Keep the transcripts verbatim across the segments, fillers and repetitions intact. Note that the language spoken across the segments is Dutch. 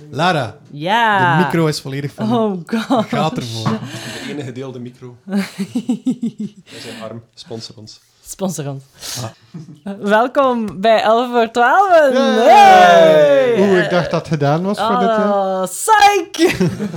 Lara, Ja. de micro is volledig van Oh god. gaat ervoor. De ene gedeelde micro. Bij zijn arm. Sponsor ons. Sponsor ons. Ah. Welkom bij elf voor twaalf. Hey! Oeh, ik dacht dat het gedaan was voor dit. hè. Oh, psych!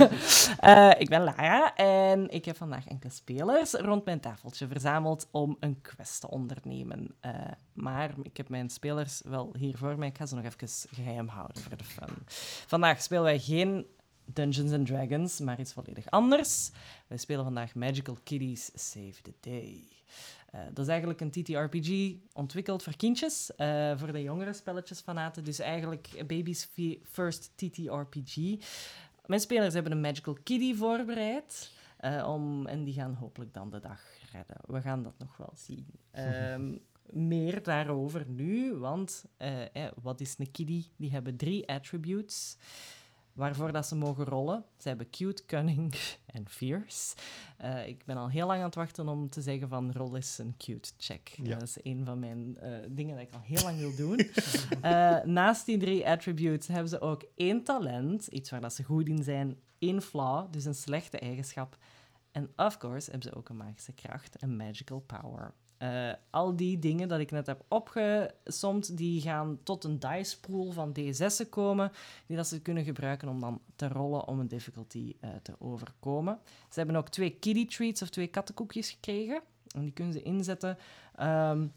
uh, ik ben Lara en ik heb vandaag enkele spelers rond mijn tafeltje verzameld om een quest te ondernemen. Uh, maar ik heb mijn spelers wel hier voor mij. Ik ga ze nog even geheim houden voor de fun. Vandaag spelen wij geen Dungeons and Dragons, maar iets volledig anders. Wij spelen vandaag Magical Kitties Save the Day. Uh, dat is eigenlijk een T T R P G, ontwikkeld voor kindjes, uh, voor de jongere spelletjesfanaten. Dus eigenlijk Baby's First T T R P G. Mijn spelers hebben een Magical Kitty voorbereid. Uh, om, en die gaan hopelijk dan de dag redden. We gaan dat nog wel zien. Um, meer daarover nu, want uh, eh, wat is een kitty? Die hebben drie attributes waarvoor dat ze mogen rollen. Ze hebben cute, cunning en fierce. Uh, ik ben al heel lang aan het wachten om te zeggen van rol is een cute check. Ja. Dat is een van mijn uh, dingen dat ik al heel lang wil doen. Uh, naast die drie attributes hebben ze ook één talent, iets waar dat ze goed in zijn, één flaw, dus een slechte eigenschap. En of course hebben ze ook een magische kracht, een magical power. Uh, al die dingen dat ik net heb opgesomd, die gaan tot een dice pool van D zes'en komen, die dat ze kunnen gebruiken om dan te rollen om een difficulty uh, te overkomen. Ze hebben ook twee kitty treats of twee kattenkoekjes gekregen. En die kunnen ze inzetten um,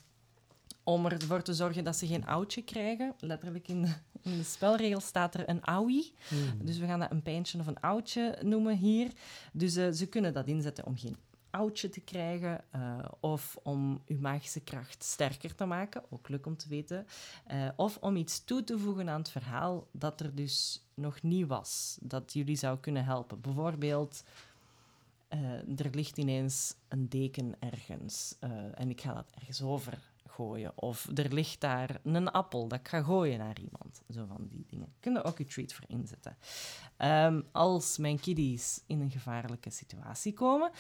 om ervoor te zorgen dat ze geen oudje krijgen. Letterlijk in de, in de spelregel staat er een owie. Mm. Dus we gaan dat een pijntje of een oudje noemen hier. Dus uh, ze kunnen dat inzetten om geen oudje te krijgen uh, of om uw magische kracht sterker te maken, ook leuk om te weten, uh, of om iets toe te voegen aan het verhaal dat er dus nog niet was, dat jullie zou kunnen helpen. Bijvoorbeeld, uh, er ligt ineens een deken ergens uh, en ik ga dat ergens over gooien. Of er ligt daar een appel dat ik ga gooien naar iemand. Zo van die dingen. Kun je ook je treat voor inzetten. Um, als mijn kiddies in een gevaarlijke situatie komen,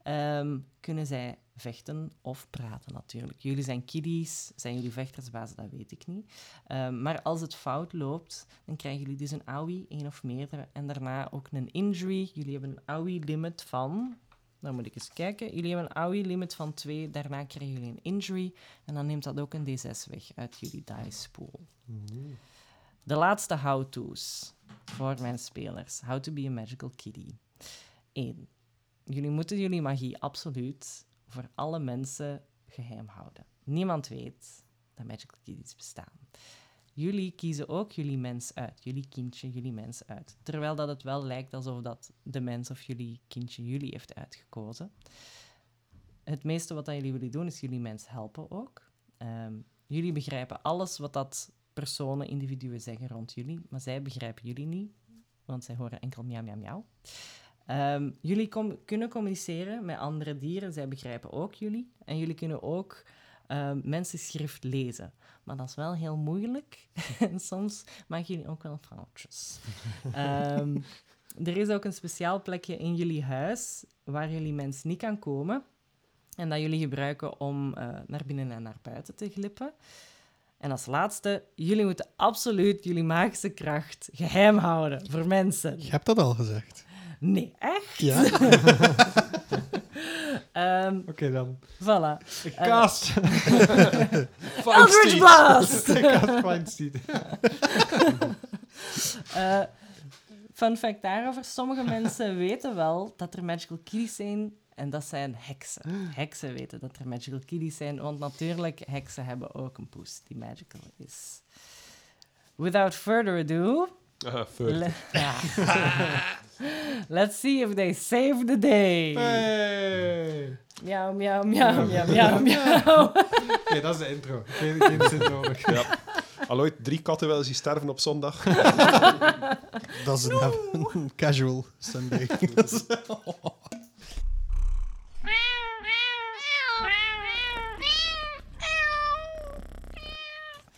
um, kunnen zij vechten of praten natuurlijk. Jullie zijn kiddies, zijn jullie vechtersbazen, dat weet ik niet. Um, maar als het fout loopt, dan krijgen jullie dus een A O E, één of meerdere. En daarna ook een injury. Jullie hebben een A O E-limit van... Dan moet ik eens kijken. Jullie hebben een A O E-limit van twee. Daarna krijgen jullie een injury. En dan neemt dat ook een D zes weg uit jullie dice pool. Mm-hmm. De laatste how-to's voor mijn spelers. How to be a magical kitty. Eén. Jullie moeten jullie magie absoluut voor alle mensen geheim houden. Niemand weet dat magical kitties bestaan. Jullie kiezen ook jullie mens uit, jullie kindje, jullie mens uit. Terwijl dat het wel lijkt alsof dat de mens of jullie kindje jullie heeft uitgekozen. Het meeste wat dat jullie willen doen, is jullie mens helpen ook. Um, jullie begrijpen alles wat dat personen, individuen zeggen rond jullie, maar zij begrijpen jullie niet, want zij horen enkel miauw, miauw, miauw. Um, jullie com- kunnen communiceren met andere dieren, zij begrijpen ook jullie. En jullie kunnen ook um, mensenschrift lezen. Maar dat is wel heel moeilijk. En soms maken jullie ook wel foutjes. um, er is ook een speciaal plekje in jullie huis waar jullie mens niet kan komen. En dat jullie gebruiken om uh, naar binnen en naar buiten te glippen. En als laatste, jullie moeten absoluut jullie magische kracht geheim houden voor mensen. Je hebt dat al gezegd. Nee, echt? Ja? um, Oké okay, dan. Voilà. De cast. Uh, Eldritch Blast! De cast Feinstein. uh, fun fact daarover. Sommige mensen weten wel dat er magical kitties zijn en dat zijn heksen. Heksen weten dat er magical kitties zijn, want natuurlijk, heksen hebben ook een poes die magical is. Without further ado... Uh, le- Let's see if they save the day. Hey. Miauw, miauw, miauw, miauw, miauw, miauw. Nee, dat is de intro. Geen, geen zin nodig. Ja. Al ooit drie katten wel zien sterven op zondag? Dat is een, no. een casual Sunday.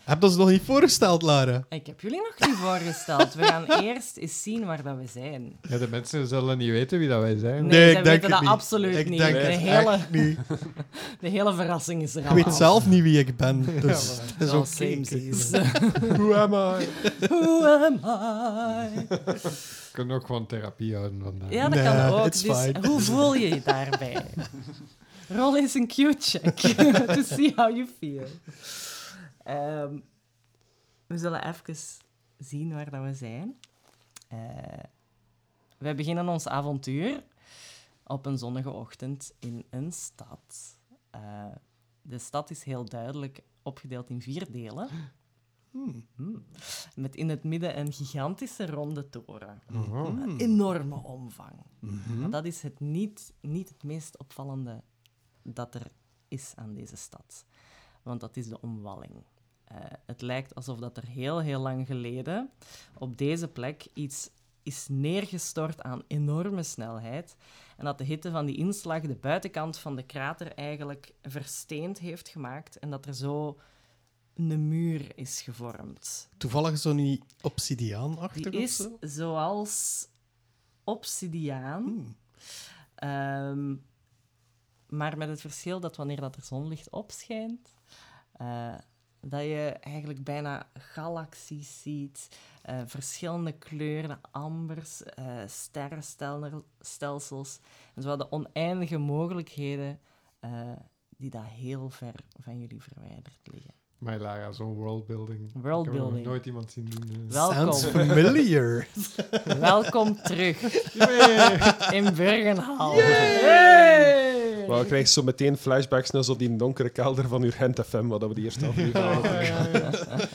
Heb dat ze nog niet voorgesteld, Lara? Ik heb jullie nog niet voorgesteld. We gaan eerst eens zien waar dat we zijn. Ja, de mensen zullen niet weten wie dat wij zijn. Nee, Nee, ze ik denk weten het dat niet. absoluut Ik niet. denk De het hele, echt niet. de hele verrassing is er Ik al weet af. zelf niet wie ik ben, dus Ja, het is Oh, oké. samesies. Who am I? Who am I? Ik kan ook gewoon therapie houden vandaag. Ja, dat Nee, kan ook. it's Dus fine. hoe voel je je daarbij? Rol eens een Q-check to see how you feel. Ehm, we zullen even zien waar dat we zijn. Uh, wij beginnen ons avontuur op een zonnige ochtend in een stad. Uh, de stad is heel duidelijk opgedeeld in vier delen. Hmm. Hmm. Met in het midden een gigantische ronde toren. Oh. Een enorme omvang. Mhm. Maar dat is het niet, niet het meest opvallende dat er is aan deze stad. Want dat is de omwalling. Uh, het lijkt alsof dat er heel, heel lang geleden op deze plek iets is neergestort aan enorme snelheid en dat de hitte van die inslag de buitenkant van de krater eigenlijk versteend heeft gemaakt en dat er zo een muur is gevormd. Toevallig zo niet obsidiaanachtig Die of is zo? zoals obsidiaan, Hmm. um, maar met het verschil dat wanneer dat er zonlicht opschijnt, uh, dat je eigenlijk bijna galaxies ziet, uh, verschillende kleuren, ambers, uh, sterrenstelsels en zo de oneindige mogelijkheden uh, die daar heel ver van jullie verwijderd liggen. Maar Lara, zo'n worldbuilding. Ik heb Worldbuilding. nog nooit iemand zien doen. eh. Welkom. Sounds familiar. Welkom terug in Burgenhal. Hey! Maar ik krijg zo meteen flashbacks naar zo die donkere kelder van Urgent F M, wat we de eerste aflevering hadden.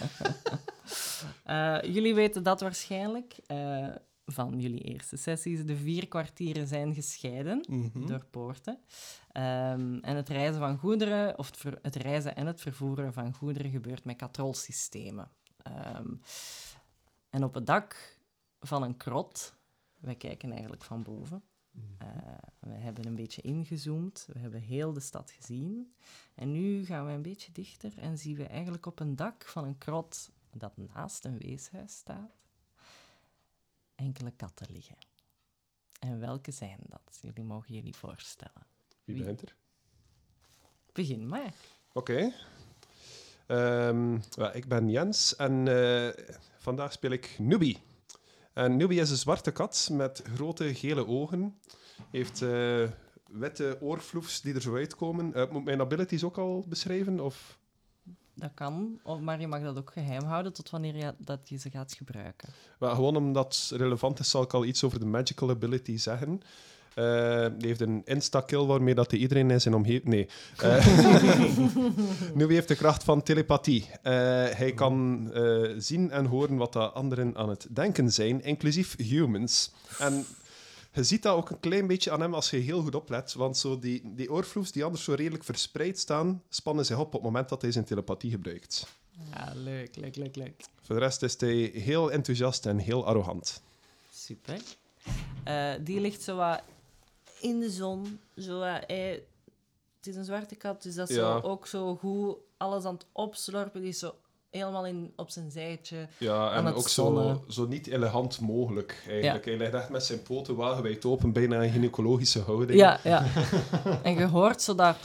Uh, jullie weten dat waarschijnlijk uh, van jullie eerste sessies. De vier kwartieren zijn gescheiden Mhm. door poorten. Um, en het reizen van goederen, of het, ver- het reizen en het vervoeren van goederen gebeurt met katrolsystemen. Um, en op het dak van een krot, wij kijken eigenlijk van boven. Uh, we hebben een beetje ingezoomd, we hebben heel de stad gezien. En nu gaan we een beetje dichter en zien we eigenlijk op een dak van een krot dat naast een weeshuis staat, enkele katten liggen. En welke zijn dat? Jullie mogen jullie voorstellen. Wie begint er? Begin maar. Oké. Okay. Um, well, ik ben Jens en uh, vandaag speel ik Nubi. En Nubi is een zwarte kat met grote gele ogen. Heeft uh, witte oorfloefs die er zo uitkomen. Uh, moet mijn abilities ook al beschrijven? Of? Dat kan, of, maar je mag dat ook geheim houden tot wanneer je, dat je ze gaat gebruiken. Well, gewoon omdat het relevant is, zal ik al iets over de magical ability zeggen. Uh, die heeft een insta-kill waarmee dat hij iedereen in zijn omgeving... Nee. Uh, Nubi heeft de kracht van telepathie. Uh, hij kan uh, zien en horen wat de anderen aan het denken zijn, inclusief humans. En je ziet dat ook een klein beetje aan hem als je heel goed oplet, want zo die, die oorfloefs die anders zo redelijk verspreid staan, spannen zich op op het moment dat hij zijn telepathie gebruikt. Ja, leuk, leuk, leuk, leuk. Voor de rest is hij heel enthousiast en heel arrogant. Super. Uh, die ligt zo wat in de zon. Zo wat, eh, het is een zwarte kat, dus dat is Ja. zo, ook zo goed alles aan het opslorpen. Die is zo helemaal in, op zijn zijtje. Ja, aan en het ook zonnen. zo, zo niet elegant mogelijk, eigenlijk. Ja. Hij ligt echt met zijn poten wagenwijd open, bijna een gynaecologische houding. Ja, ja. En je hoort zo dat...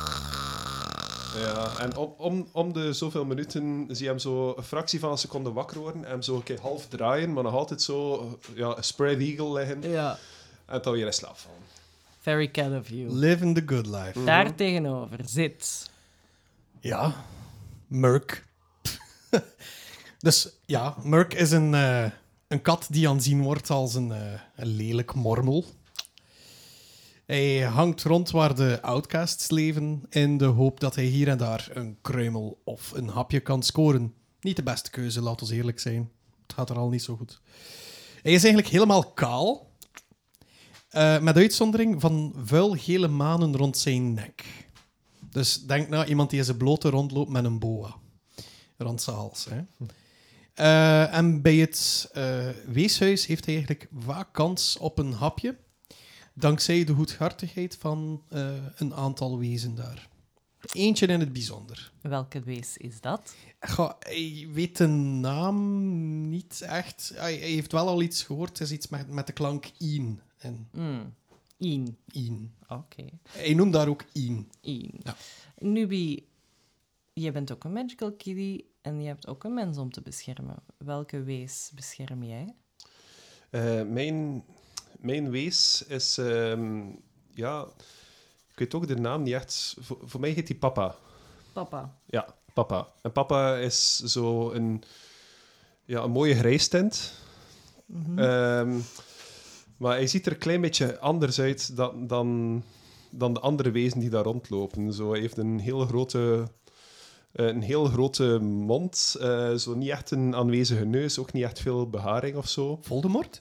Ja, en om, om, om de zoveel minuten zie je hem zo een fractie van een seconde wakker worden en hem zo een keer half draaien, maar nog altijd zo ja, een spread eagle liggen Ja. en dan weer in slaap vallen. Very cat of you. Living the good life. Daar tegenover zit... Ja, Murk. Dus ja, Murk is een, uh, een kat die aanzien wordt als een, uh, een lelijk mormel. Hij hangt rond waar de outcasts leven in de hoop dat hij hier en daar een kruimel of een hapje kan scoren. Niet de beste keuze, laat ons eerlijk zijn. Het gaat er al niet zo goed. Hij is eigenlijk helemaal kaal, uh, met uitzondering van vuil gele manen rond zijn nek. Dus denk nou, iemand die in zijn blote rondloopt met een boa rond zijn hals. Hè. Uh, en bij het uh, weeshuis heeft hij eigenlijk vaak kans op een hapje, dankzij de goedhartigheid van uh, een aantal wezen daar. Eentje in het bijzonder. Welke wees is dat? Goh, hij weet de naam niet echt. Hij, hij heeft wel al iets gehoord. Het is iets met, met de klank Ien. En Mm. Ien. Ien. Oké. Hij noemt daar ook Ien. Ien. Ja. Nubi, je bent ook een magical kitty en je hebt ook een mens om te beschermen. Welke wees bescherm jij? Uh, mijn, mijn wees is... Um, ja, ik weet ook de naam niet echt. Voor, voor mij heet die Papa. Papa. Ja, Papa. En Papa is zo een, ja, een mooie grijstent. Mm-hmm. Um, maar hij ziet er een klein beetje anders uit dan, dan, dan de andere wezen die daar rondlopen. Zo, hij heeft een heel grote, uh, een heel grote mond. Uh, zo niet echt een aanwezige neus. Ook niet echt veel beharing of zo. Voldemort?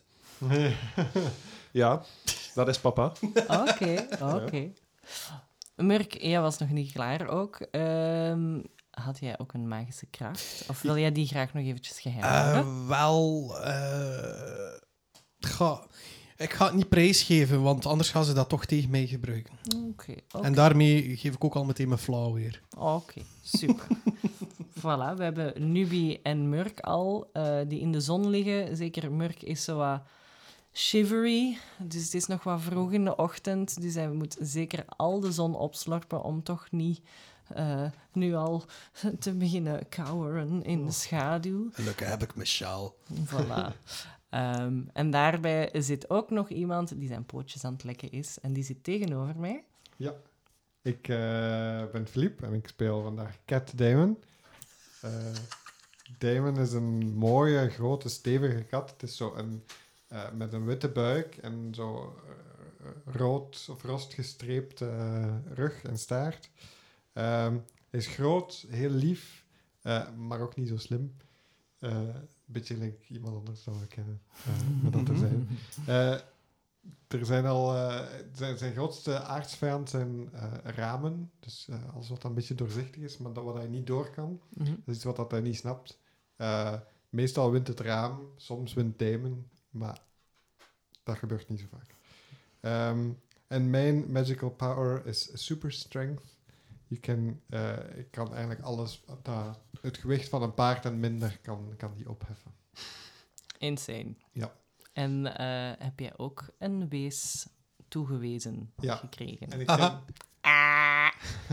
Ja, dat is Papa. Oké, oké. Murk, jij was nog niet klaar ook. Um, had jij ook een magische kracht? Of wil jij die graag nog eventjes geheim houden? Uh, wel... Uh, ga, ik ga het niet prijsgeven, want anders gaan ze dat toch tegen mij gebruiken. Oké. Okay, okay. En daarmee geef ik ook al meteen mijn flauw weer. Oké, okay, super. Voilà, we hebben Nubi en Murk al, uh, die in de zon liggen. Zeker Murk is zo wat shivery, dus het is nog wat vroeg in de ochtend. Dus hij moet zeker al de zon opslorpen om toch niet uh, nu al te beginnen kauweren in de schaduw. Gelukkig heb ik mijn sjaal. Voilà. Um, en daarbij zit ook nog iemand die zijn pootjes aan het lekken is. En die zit tegenover mij. Ja, ik uh, ben Philippe en ik speel vandaag Cat Damon. Uh, Damon is een mooie, grote, stevige kat. Het is zo een, uh, met een witte buik en zo uh, rood of rost gestreepte uh, rug en staart. Um, hij is groot, heel lief, uh, maar ook niet zo slim. Uh, Een beetje like iemand anders zou ik kennen, uh, met dat er zijn. Uh, er zijn al... Uh, zijn, zijn grootste aardsvijand zijn uh, ramen. Dus uh, alles wat een beetje doorzichtig is, maar dat wat hij niet door kan. Mm-hmm. Dat is iets wat dat hij niet snapt. Uh, meestal wint het raam, soms wint Damon, maar dat gebeurt niet zo vaak. Um, en mijn magical power is super strength. Je kan, uh, ik kan eigenlijk alles, dat, het gewicht van een paard en minder kan, kan die opheffen. Insane. Ja. En uh, heb jij ook een wees toegewezen ja. gekregen? En ik ken... Ah.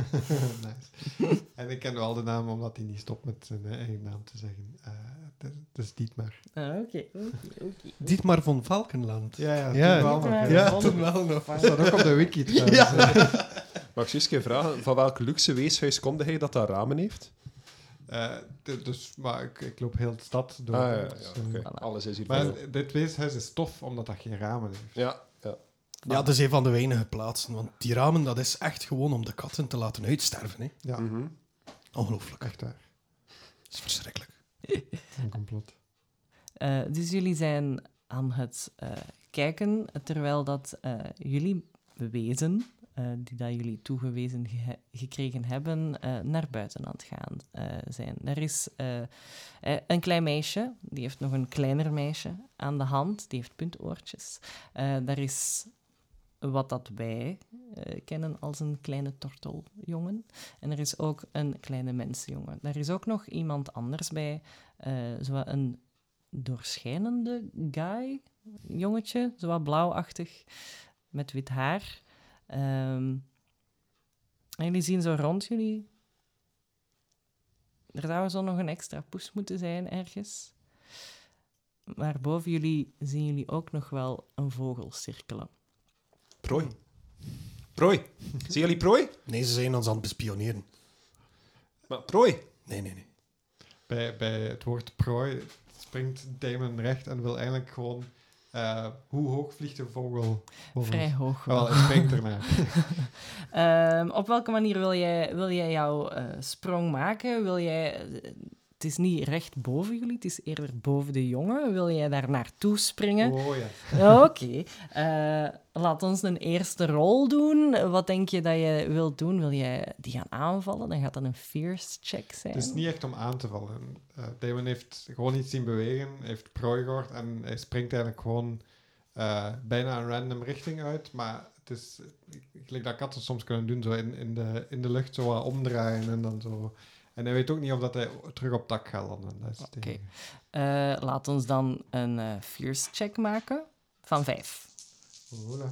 Nice. En ik ken wel de naam, omdat hij niet stopt met zijn eigen naam te zeggen. Uh, dat, dat is Dietmar. Ah, oké, oké, oké. Dietmar van Valkenland. Ja, ja, ja, toen wel nog. Ja, ja toen wel nog. Dat staat ook op de wiki trouwens. Ja. Mag ik eens een keer vragen, van welk luxe weeshuis komde hij dat dat ramen heeft? Uh, d- dus, maar ik, ik loop heel de stad door. Ah, ja, ja, dus, okay. Voilà. Alles is hier. Maar bij. Dit weeshuis is tof, omdat dat geen ramen heeft. Ja, ja. Ja, dat is een van de weinige plaatsen. Want die ramen, dat is echt gewoon om de katten te laten uitsterven. Hè. Ja. Mm-hmm. Ongelooflijk. Echt waar. Dat is verschrikkelijk. Een complot. Uh, dus jullie zijn aan het uh, kijken, terwijl dat uh, jullie wezen, uh, die dat jullie toegewezen ge- gekregen hebben, uh, naar buiten aan het gaan uh, zijn. Er is uh, uh, een klein meisje, die heeft nog een kleiner meisje aan de hand, die heeft puntoortjes. Uh, daar is wat dat wij uh, kennen als een kleine torteljongen. En er is ook een kleine mensenjongen. Er is ook nog iemand anders bij, uh, zo een doorschijnende guy, jongetje, zo wat blauwachtig, met wit haar. Um, en jullie zien zo rond jullie. Er zou zo nog een extra poes moeten zijn ergens. Maar boven jullie zien jullie ook nog wel een vogel cirkelen. Prooi. Prooi. Zien jullie prooi? Nee, ze zijn ons aan het bespioneren. Maar prooi? Nee, nee, nee. Bij, bij het woord prooi springt Damon recht en wil eigenlijk gewoon... Uh, hoe hoog vliegt een vogel? Vrij hoog. Wel, hij springt ernaar. um, op welke manier wil jij, wil jij jouw uh, sprong maken? Wil jij... Uh, het is niet recht boven jullie, het is eerder boven de jongen. Wil jij daar naartoe springen? Oh ja. Oké. Okay. Uh, laat ons een eerste rol doen. Wat denk je dat je wilt doen? Wil jij die gaan aanvallen? Dan gaat dat een fierce check zijn. Het is niet echt om aan te vallen. Uh, Damon heeft gewoon iets zien bewegen, heeft prooi gehoord en hij springt eigenlijk gewoon uh, bijna een random richting uit. Maar Het is, gelijk dat katten soms kunnen doen, zo in, in, de, in de lucht zo wat omdraaien en dan zo. En hij weet ook niet of dat hij terug op dak gaat landen. Dat is het Oké. enige. Uh, laat ons dan een uh, fierce check maken van vijf. Hola.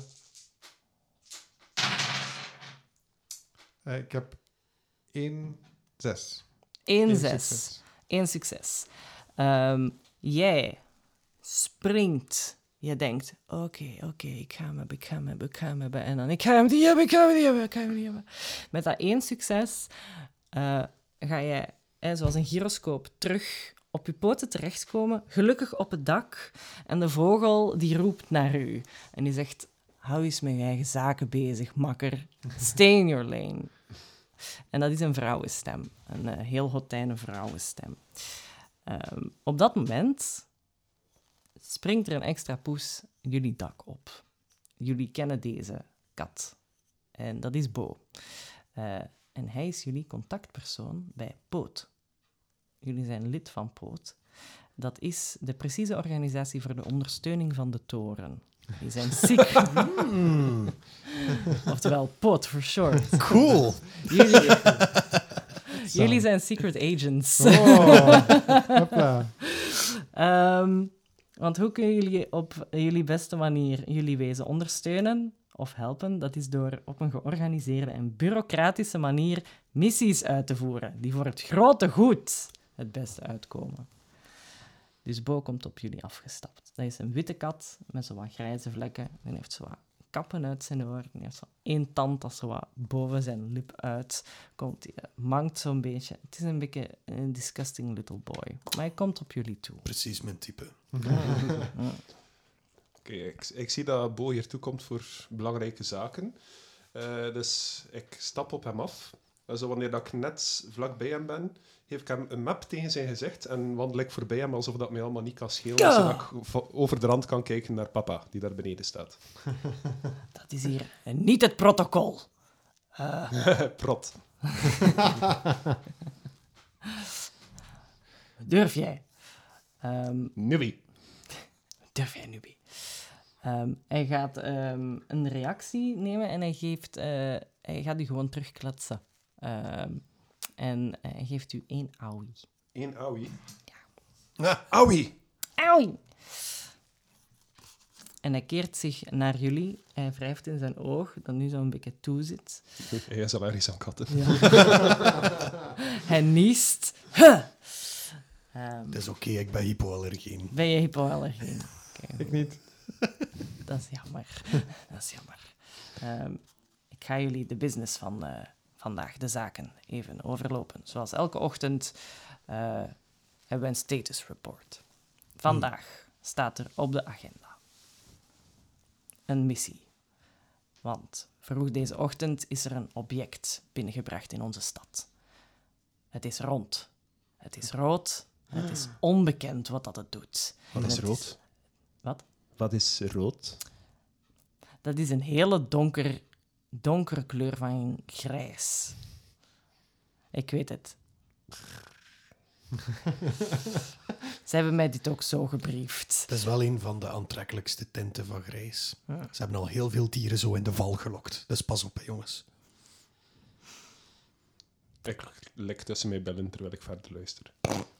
Uh, ik heb één zes. Eén Eén zes. succes. Eén succes. Um, jij springt. Je denkt, oké, okay, oké, okay, ik ga hem hebben, ik ga hem hebben, ik ga hem hebben. En dan, ik ga hem die hebben, ik ga hem die hebben, ik ga hem die hebben. Met dat één succes uh, ga je, eh, zoals een gyroscoop, terug op je poten terechtkomen. Gelukkig op het dak. En de vogel, die roept naar u. En die zegt, hou eens met je eigen zaken bezig, makker. Stay in your lane. En dat is een vrouwenstem. Een uh, heel hotijne vrouwenstem. Um, op dat moment springt er een extra poes jullie dak op. Jullie kennen deze kat. En dat is Bo. Uh, en hij is jullie contactpersoon bij Poot. Jullie zijn lid van Poot. Dat is de precieze organisatie voor de ondersteuning van de toren. Die zijn secret... Mm. Oftewel, Poot for short. Cool. Jullie, jullie zijn secret agents. Oh, hopla. um, want hoe kunnen jullie op jullie beste manier jullie wezen ondersteunen of helpen? Dat is door op een georganiseerde en bureaucratische manier missies uit te voeren die voor het grote goed het beste uitkomen. Dus Bo komt op jullie afgestapt. Dat is een witte kat met zo wat grijze vlekken. Hij heeft zo wat kappen uit zijn oor. Hij heeft zo één tand dat zo wat boven zijn lip uit komt. Hij mankt zo'n beetje. Het is een beetje een disgusting little boy. Maar hij komt op jullie toe. Precies mijn type. Mm. Oké, okay, ik, ik zie dat Bo hier toe komt voor belangrijke zaken. Uh, dus ik stap op hem af. Also, wanneer dat ik net vlak bij hem ben, geef ik hem een map tegen zijn gezicht en wandel ik voorbij hem alsof dat mij allemaal niet kan schelen, ja. Zodat ik over de rand kan kijken naar papa, die daar beneden staat. Dat is hier niet het protocol. Uh. Prot. Durf jij? Um, Nubie. Durf jij, Nubie? Um, hij gaat um, een reactie nemen en hij, geeft, uh, hij gaat u gewoon terugkletsen. Um, en hij geeft u één auwie. Eén auwie? Ja. Ah, auwie! Auwie! En hij keert zich naar jullie. Hij wrijft in zijn oog, dat nu zo'n beetje toe zit. Hij is allergisch aan katten. Ja. Hij niest. Huh. Um, Dat is oké, okay, ik ben hypoallergeen. Ben je hypoallergeen? Okay. Ik niet. Dat is jammer. Dat is jammer. Um, ik ga jullie de business van uh, vandaag, de zaken, even overlopen. Zoals elke ochtend uh, hebben we een status report. Vandaag hmm. staat er op de agenda een missie. Want vroeg deze ochtend is er een object binnengebracht in onze stad. Het is rond. Het is rood. Het is onbekend wat dat het doet. Wat is rood? Is... Wat? Wat is rood? Dat is een hele donker, donkere kleur van grijs. Ik weet het. Ze hebben mij dit ook zo gebriefd. Dat is wel een van de aantrekkelijkste tinten van grijs. Ja. Ze hebben al heel veel dieren zo in de val gelokt. Dus pas op, hè, jongens. Ik lik tussen mijn bellen terwijl ik verder luister.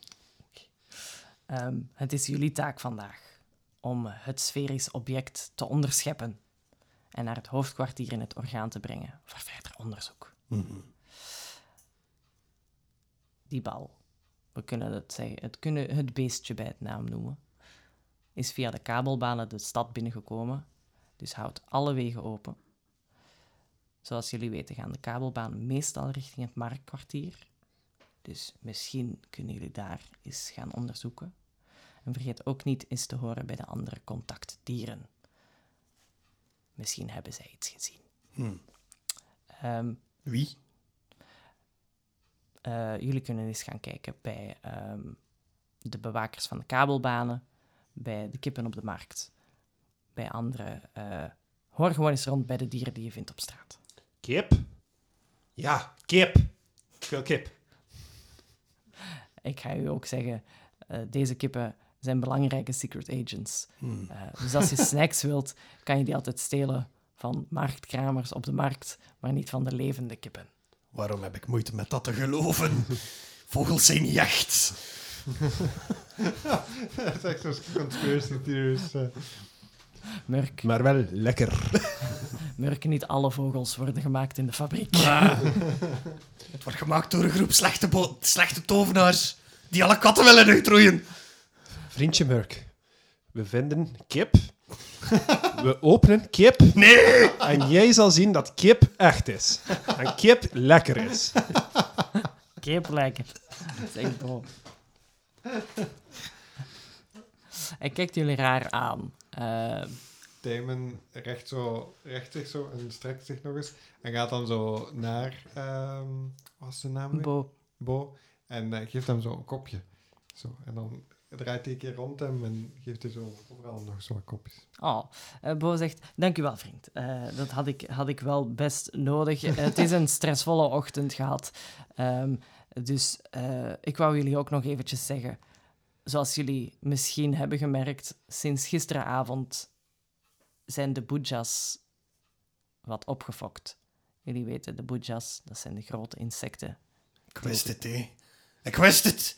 Um, het is jullie taak vandaag om het sferisch object te onderscheppen en naar het hoofdkwartier in het orgaan te brengen voor verder onderzoek. Mm-hmm. Die bal, we kunnen het zeggen, het kunnen het beestje bij het naam noemen, is via de kabelbanen de stad binnengekomen, dus houdt alle wegen open. Zoals jullie weten gaan de kabelbanen meestal richting het marktkwartier, dus misschien kunnen jullie daar eens gaan onderzoeken. En vergeet ook niet eens te horen bij de andere contactdieren. Misschien hebben zij iets gezien. Hmm. Um, Wie? Uh, jullie kunnen eens gaan kijken bij um, de bewakers van de kabelbanen, bij de kippen op de markt, bij andere. Uh, hoor gewoon eens rond bij de dieren die je vindt op straat. Kip? Ja, kip. Ik wil kip. Ik ga u ook zeggen, uh, deze kippen zijn belangrijke secret agents. Hmm. Uh, dus als je snacks wilt, kan je die altijd stelen van marktkramers op de markt, maar niet van de levende kippen. Waarom heb ik moeite met dat te geloven? Vogels zijn niet echt. Dat is echt zo'n conspiracy theories. Uh. Murk, Maar wel lekker. Murk, niet alle vogels worden gemaakt in de fabriek. Ah. Het wordt gemaakt door een groep slechte, bo- slechte tovenaars die alle katten willen uitroeien. Vriendje Murk, we vinden kip. We openen kip. Nee! En jij zal zien dat kip echt is. En kip lekker is. Kip lekker. Zeg Bo. Hij kijkt jullie raar aan. Uh, Damon recht, zo, recht zich zo en strekt zich nog eens. En gaat dan zo naar... Um, wat is de naam weer? Bo. Bo. En uh, geeft hem zo een kopje. Zo. En dan draait hij een keer rond hem en geeft hij zo overal nog zo'n kopjes. Oh, uh, Bo zegt, dank u wel, vriend. Uh, dat had ik, had ik wel best nodig. Uh, het is een stressvolle ochtend gehad. Um, dus uh, ik wou jullie ook nog eventjes zeggen... Zoals jullie misschien hebben gemerkt, sinds gisteravond zijn de boejas wat opgefokt. Jullie weten, de boejas, dat zijn de grote insecten. Ik wist het, hé. Ik wist het!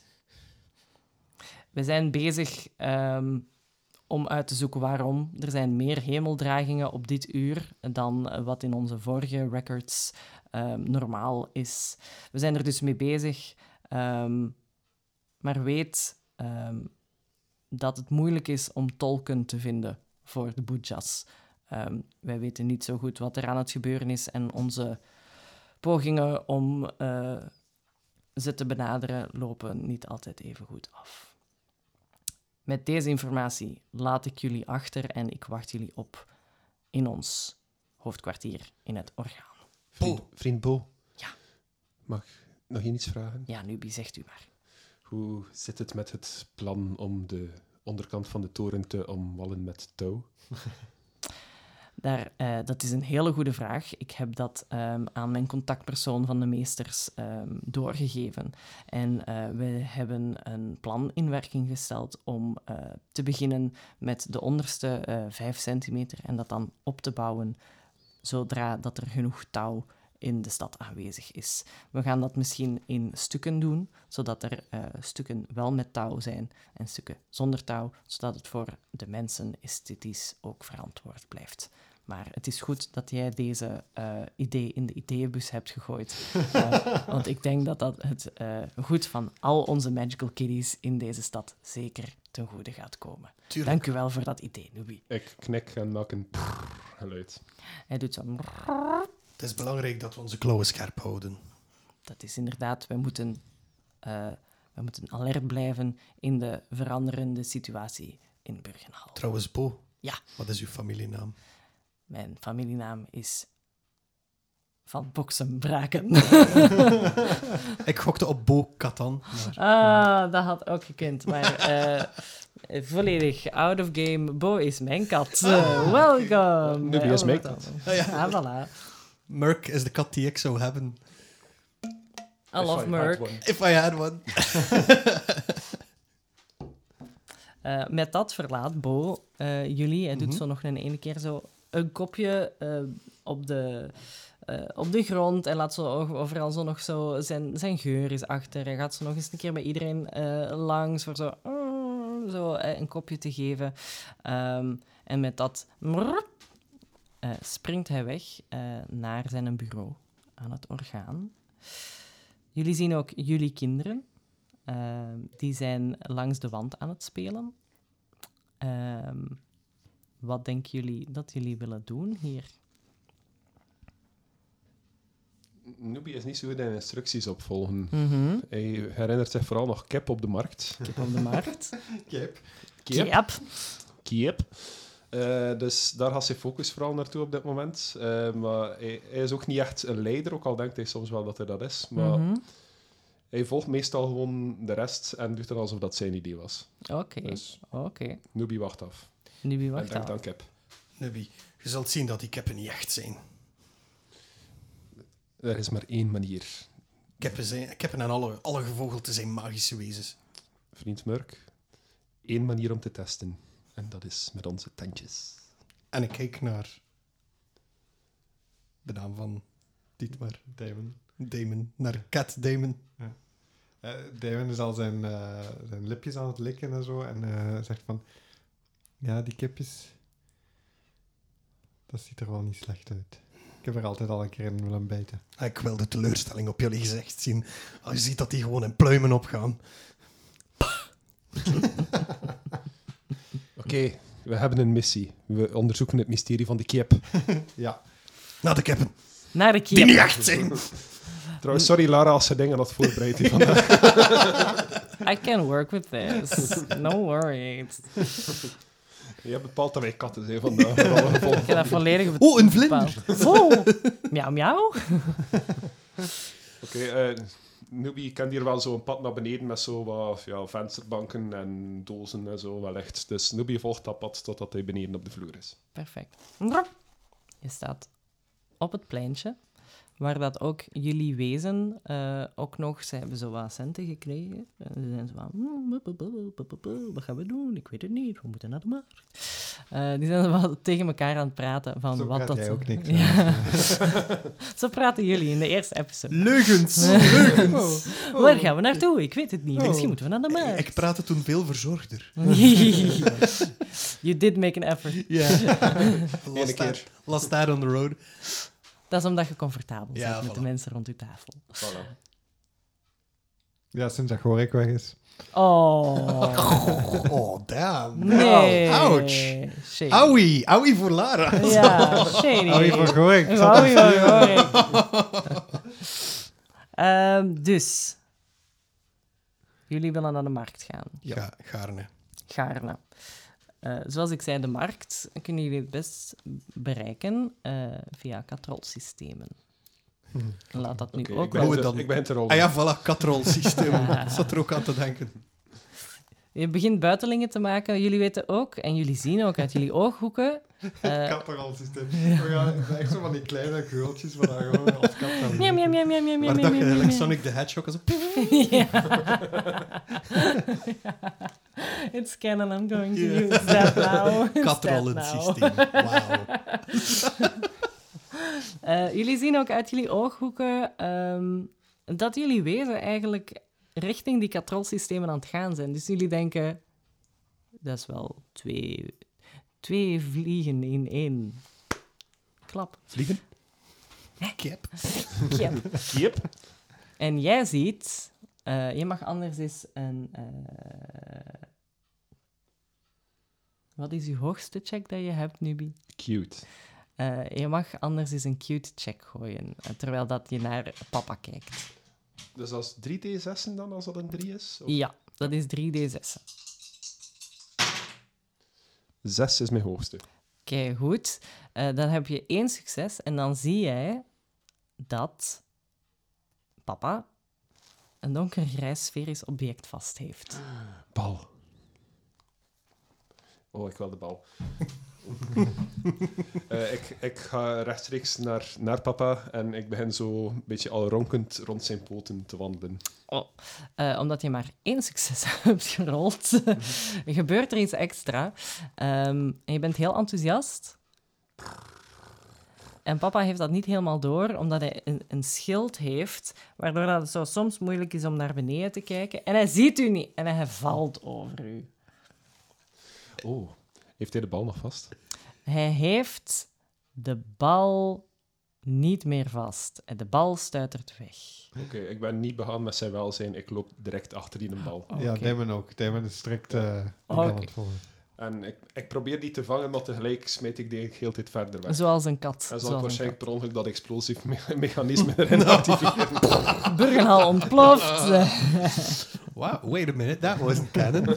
We zijn bezig um, om uit te zoeken waarom. Er zijn meer hemeldragingen op dit uur dan wat in onze vorige records um, normaal is. We zijn er dus mee bezig, um, maar weet... Um, dat het moeilijk is om tolken te vinden voor de boejas. Um, wij weten niet zo goed wat er aan het gebeuren is en onze pogingen om uh, ze te benaderen lopen niet altijd even goed af. Met deze informatie laat ik jullie achter en ik wacht jullie op in ons hoofdkwartier in het orgaan. Vriend, vriend Bo. Ja. Mag ik nog iets vragen? Ja, Nubi, zegt u maar. Hoe zit het met het plan om de onderkant van de toren te omwallen met touw? Daar, uh, dat is een hele goede vraag. Ik heb dat um, aan mijn contactpersoon van de meesters um, doorgegeven. En uh, we hebben een plan in werking gesteld om uh, te beginnen met de onderste uh, vijf centimeter en dat dan op te bouwen zodra dat er genoeg touw in de stad aanwezig is. We gaan dat misschien in stukken doen, zodat er uh, stukken wel met touw zijn en stukken zonder touw, zodat het voor de mensen esthetisch ook verantwoord blijft. Maar het is goed dat jij deze uh, idee in de ideeënbus hebt gegooid. Uh, want ik denk dat dat het uh, goed van al onze magical kitties in deze stad zeker ten goede gaat komen. Tuurlijk. Dank u wel voor dat idee, Nubi. Ik knik en maak een geluid. Hij doet zo... Het is belangrijk dat we onze klauwen scherp houden. Dat is inderdaad, we moeten, uh, we moeten alert blijven in de veranderende situatie in Burgenhal. Trouwens, Bo. Ja. Wat is uw familienaam? Mijn familienaam is Van Boksenbraken. Ik gokte op Bo Katan. Maar... Ah, dat had ook gekund. Maar uh, volledig out of game. Bo is mijn kat. Uh, welcome. Nubi is mijn kat. Ah, ja. Ah, voilà. Murk is de kat die ik zou hebben. I love Murk. If I had one. uh, met dat verlaat Bo uh, jullie. Hij doet Mm-hmm. zo nog een ene keer zo een kopje uh, op, de, uh, op de grond. En laat zo overal zo nog zo zijn, zijn geur is achter. Hij gaat zo nog eens een keer bij iedereen uh, langs voor zo, uh, zo uh, een kopje te geven. Um, en met dat mrrr, uh, springt hij weg uh, naar zijn bureau aan het orgaan. Jullie zien ook jullie kinderen. Uh, die zijn langs de wand aan het spelen. Um, wat denken jullie dat jullie willen doen hier? Nubi is niet zo goed in instructies opvolgen. Mm-hmm. Hij herinnert zich vooral nog kip op de markt. Kip op de markt. Kip. Kip. Kip. Kip. Uh, dus daar gaat zijn focus vooral naartoe op dit moment. Uh, maar hij, hij is ook niet echt een leider, ook al denkt hij soms wel dat hij dat is. Maar Mm-hmm. hij volgt meestal gewoon de rest en doet het alsof dat zijn idee was. Oké, okay. Dus oké. Okay. Nubi wacht af. Nubi En wacht denkt af. aan kip. Nubi, je zult zien dat die kippen niet echt zijn. Er is maar één manier. Kippen, zijn, kippen en alle, alle gevogelte zijn magische wezens. Vriend Murk, één manier om te testen. En dat is met onze tandjes. En ik kijk naar de naam van Dietmar. Damon. Damon. Naar Cat Damon. Uh, Damon is al zijn, uh, zijn lipjes aan het likken en zo. En uh, zegt van... Ja, die kipjes... Dat ziet er wel niet slecht uit. Ik heb er altijd al een keer in willen bijten. Ik wil de teleurstelling op jullie gezicht zien. Als je ziet dat die gewoon in pluimen opgaan. Oké, okay, we hebben een missie. We onderzoeken het mysterie van de kip. Ja. Naar de kippen. Naar de kip. Die niet echt zijn. Trouwens, sorry Lara als ze dingen had voorbereid hier vandaag. I can work with this. No worries. Je hebt bepaald dat wij katten zijn vandaag. Ik heb dat volledig be- Oh, een vlinder. bepaald. Oh, miauw, miauw. Oké, okay, uh, Nubie kent hier wel zo'n pad naar beneden met zo wat ja, vensterbanken en dozen en zo wellicht. Dus Nubie volgt dat pad totdat hij beneden op de vloer is. Perfect. Je staat op het pleintje, waar dat ook jullie wezen uh, ook nog... Ze hebben zo wat centen gekregen. En ze zijn zo van... "Mm, wat gaan we doen? Ik weet het niet. We moeten naar de markt." Uh, die zijn zo wat tegen elkaar aan het praten van Zo wat praat dat... jij ook niks. Ja. Zo praten jullie in de eerste episode. Leugens. Leugens. Oh. Waar gaan we naartoe? Ik weet het niet. Oh. Misschien moeten we naar de markt. Ik praatte toen veel verzorgder. You did make an effort. Ja. Eén Last keer. that, last that on the road. Dat is omdat je comfortabel Ja, zit met voilà. de mensen rond je tafel. Voilà. Ja, sinds dat Gorik weg is. Oh. Oh, damn. Nee. Ouch. Shady. Auwie. Auwie voor Lara. Ja, shady. Hou je van Gorik? Hou je van Gorik. um, Dus. Jullie willen naar de markt gaan. Ja, gaarne. Gaarne. Uh, zoals ik zei, de markt kunnen jullie het best bereiken uh, via katrolsystemen. Laat dat nu Okay, ook ik, wel. begin wel. te, ik begin te rollen. Ah ja, voilà, katrolsysteem. Ja. Ik zat er ook aan te denken. Je begint buitelingen te maken. Jullie weten ook, en jullie zien ook uit jullie ooghoeken... Uh, Katteralsysteem. Oh ja, het is echt zo van die kleine geultjes waar je gewoon als kat kan Miam, miam, miam, miam, miam, Maar miam, dacht je, miam, like miam. Sonic the Hedgehog? Als Ja. It's canon, I'm going to Yeah. use that now. It's katrollen that now. systeem. Wauw. Uh, jullie zien ook uit jullie ooghoeken um, dat jullie wezen eigenlijk richting die katrolsystemen aan het gaan zijn. Dus jullie denken, dat is wel twee, twee vliegen in één klap. Vliegen? Kip. Ja. Kip? En jij ziet, uh, je mag anders eens een... Uh, wat is je hoogste check dat je hebt, Nubie? Cute. Uh, je mag anders eens een cute check gooien, uh, terwijl dat je naar papa kijkt. Dus dat is drie D zes'en dan, als dat een drie is? Of... Ja, dat is drie D zes. Zes is mijn hoogste. Kijk, goed. Uh, dan heb je één succes en dan zie jij dat papa een donkergrijs sferisch object vast heeft. Bal. Oh, ik wil de bal. uh, ik, ik ga rechtstreeks naar, naar papa en ik begin zo een beetje al ronkend rond zijn poten te wandelen. Oh. Uh, omdat je maar één succes hebt gerold, gebeurt er iets extra. Um, en je bent heel enthousiast. En papa heeft dat niet helemaal door, omdat hij een, een schild heeft, waardoor dat het zo soms moeilijk is om naar beneden te kijken. En hij ziet u niet en hij valt over u. Oh, heeft hij de bal nog vast? Hij heeft de bal niet meer vast. De bal stuitert weg. Oké, okay, ik ben niet begaan met zijn welzijn. Ik loop direct achter die een bal. Oh, ja, okay. Damon ook. Damon is strikt uh, Oh, aan okay. het volgen. En ik, ik probeer die te vangen, maar tegelijk smijt ik die heel de tijd verder weg. Zoals een kat. En zal ik Zoals waarschijnlijk een per ongeluk dat explosief me mechanisme erin activeren. kat. Burgenhal ontploft. Wow, wait a minute, that wasn't canon.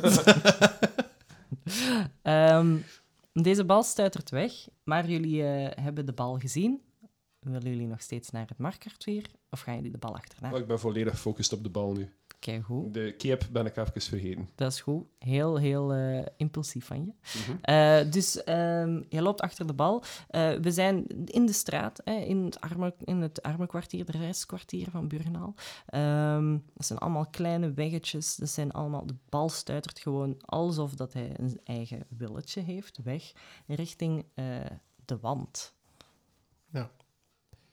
um, deze bal stuitert weg, maar jullie uh, hebben de bal gezien. Willen jullie nog steeds naar het marktkaart weer? Of gaan jullie de bal achterna? Oh, ik ben volledig gefocust op de bal nu. Kijk, goed. De cape ben ik even vergeten. Dat is goed. Heel, heel uh, impulsief van je. Mm-hmm. Uh, dus um, je loopt achter de bal. Uh, we zijn in de straat, hè, in, het arme, in het arme kwartier, de restkwartier van Burgenhal. Um, dat zijn allemaal kleine weggetjes. Dat zijn allemaal, de bal stuitert gewoon alsof dat hij een eigen willetje heeft, weg, richting uh, de wand. Ja.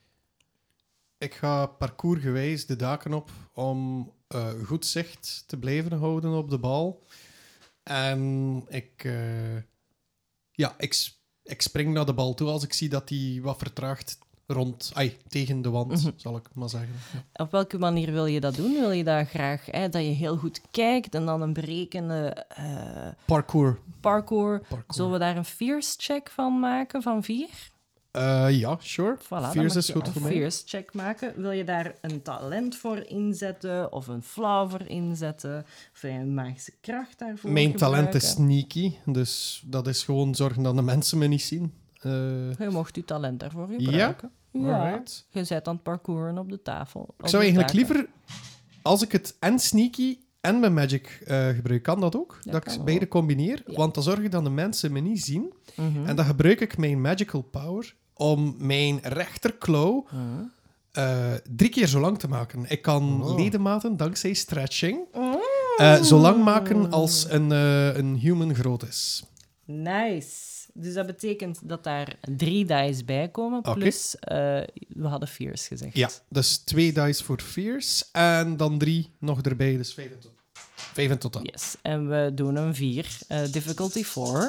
Ik ga parcoursgewijs de daken op om uh, goed zicht te blijven houden op de bal. En ik, uh, ja, ik, ik spring naar de bal toe als ik zie dat die wat vertraagt rond, ai, tegen de wand, mm-hmm. zal ik maar zeggen. Ja. Op welke manier wil je dat doen? Wil je dat graag, hè, dat je heel goed kijkt en dan een berekende uh, parkour. parkour. Parkour. Zullen we daar een fierce check van maken, van vier? Uh, ja, sure. Voilà, fierce is goed voor mij. Een fierce check maken. Wil je daar een talent voor inzetten of een flaw voor inzetten? Of wil je een magische kracht daarvoor Mijn gebruiken? talent is sneaky, dus dat is gewoon zorgen dat de mensen me niet zien. Uh, je mocht je talent daarvoor gebruiken. Ja? Ja. Alright. Je zet aan het parcouren op de tafel. Ik zou eigenlijk taken. liever, als ik het en sneaky en mijn magic uh, gebruik, kan dat ook? Dat, dat ik beide combineer? Ja. Want dan zorg ik dat de mensen me niet zien. Mm-hmm. En dan gebruik ik mijn magical power om mijn rechterklauw mm-hmm. uh, drie keer zo lang te maken. Ik kan oh. ledematen, dankzij stretching, uh, zo lang maken als een, uh, een human groot is. Nice. Dus dat betekent dat daar drie dice bij komen, okay. plus, uh, we hadden fierce gezegd. Ja, dus twee dice voor fierce en dan drie nog erbij, dus vijf in, to- vijf in totaal. Yes, en we doen een vier. Uh, difficulty four.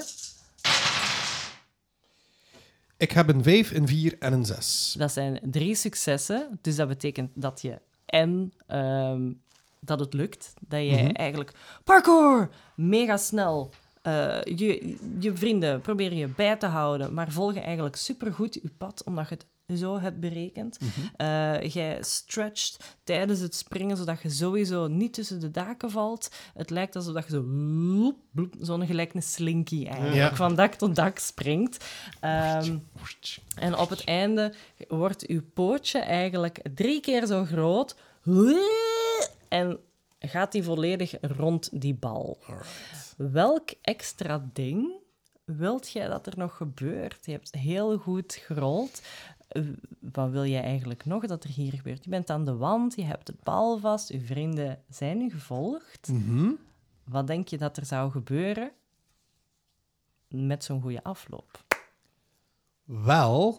Ik heb een vijf, een vier en een zes. Dat zijn drie successen, dus dat betekent dat je en... Um, dat het lukt, dat je mm-hmm. eigenlijk parkour, mega snel... Uh, je, je vrienden proberen je bij te houden, maar volgen eigenlijk supergoed je pad, omdat je het zo hebt berekend. Mm-hmm. Uh, jij stretcht tijdens het springen, zodat je sowieso niet tussen de daken valt. Het lijkt alsof je zo... Zo'n gelijk een slinky eigenlijk, ja. van dak tot dak springt. Um, en op het einde wordt je pootje eigenlijk drie keer zo groot. En gaat die volledig rond die bal. Alright. Welk extra ding wilt jij dat er nog gebeurt? Je hebt heel goed gerold. Wat wil jij eigenlijk nog dat er hier gebeurt? Je bent aan de wand, je hebt de bal vast, je vrienden zijn u gevolgd. Mm-hmm. Wat denk je dat er zou gebeuren met zo'n goede afloop? Wel...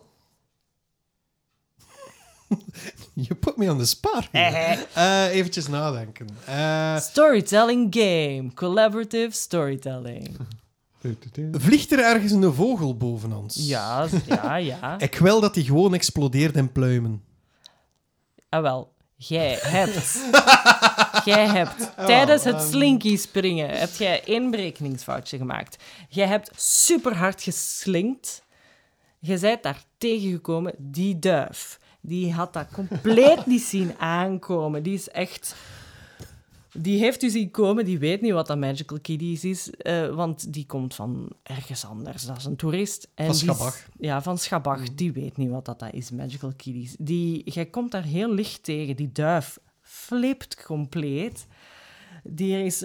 Je put me on the spot. uh, eventjes nadenken. Uh, storytelling game. Collaborative storytelling. Vliegt er ergens een vogel boven ons? Ja, ja, ja. Ik wil dat die gewoon explodeert in pluimen. Ah, wel. Jij hebt... jij hebt tijdens het slinky springen heb jij één berekeningsfoutje gemaakt. Jij hebt super hard geslinkt. Je bent daar tegengekomen, die duif. Die had dat compleet niet zien aankomen. Die is echt... Die heeft u zien komen, die weet niet wat dat Magical Kiddies is, uh, want die komt van ergens anders. Dat is een toerist. En van Schabach. Ja, van Schabach. Mm. Die weet niet wat dat is, Magical Kiddies. Die, jij komt daar heel licht tegen. Die duif flipt compleet. Die is...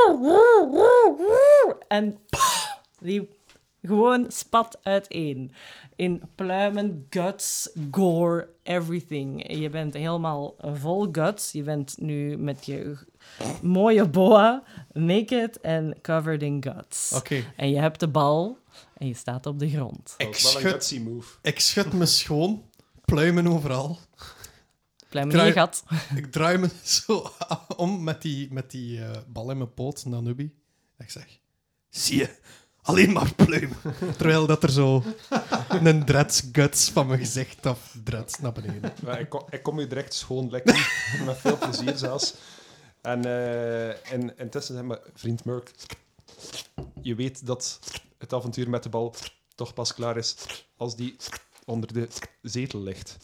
En die gewoon spat uiteen. In pluimen, guts, gore, everything. Je bent helemaal vol guts. Je bent nu met je mooie boa, naked en covered in guts. Okay. En je hebt de bal en je staat op de grond. Ik schud, ik schud me schoon. Pluimen overal. Pluimen draai, in je gat. Ik draai me zo om met die, met die uh, bal in mijn poot naar Nubby. Ik zeg, zie je... Alleen maar pluimen. Terwijl dat er zo een dreads guts van mijn gezicht af dreads naar beneden. Ja, ik, kom, ik kom u direct schoon lekker. Met veel plezier zelfs. En, uh, en intussen zeg maar, vriend Murk, je weet dat het avontuur met de bal toch pas klaar is als die onder de zetel ligt.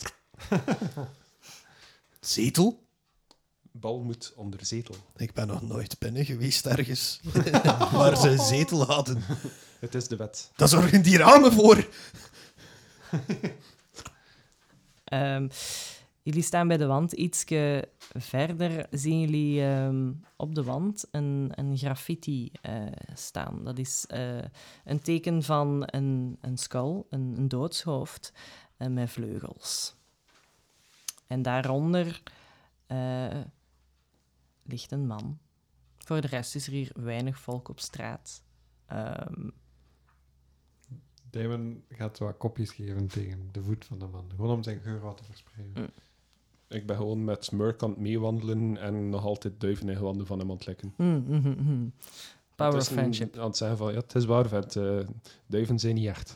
Zetel? Bal moet onder zetel. Ik ben nog nooit binnen geweest ergens waar ze een zetel hadden. Het is de wet. Daar zorgen die ramen voor. um, jullie staan bij de wand. Ietske verder zien jullie um, op de wand een, een graffiti uh, staan. Dat is uh, een teken van een, een skull, een, een doodshoofd uh, met vleugels. En daaronder... Uh, ligt een man. Voor de rest is er hier weinig volk op straat. Um... Damon gaat zo wat kopjes geven tegen de voet van de man. Gewoon om zijn geur wat te verspreiden. Mm. Ik ben gewoon met Smirk aan het meewandelen en nog altijd duiven in wanden van hem aan het likken. Mm, mm, mm, mm. Power Het of is een- friendship. Aan het zeggen van, ja, het is waar, vent. eh, duiven zijn niet echt.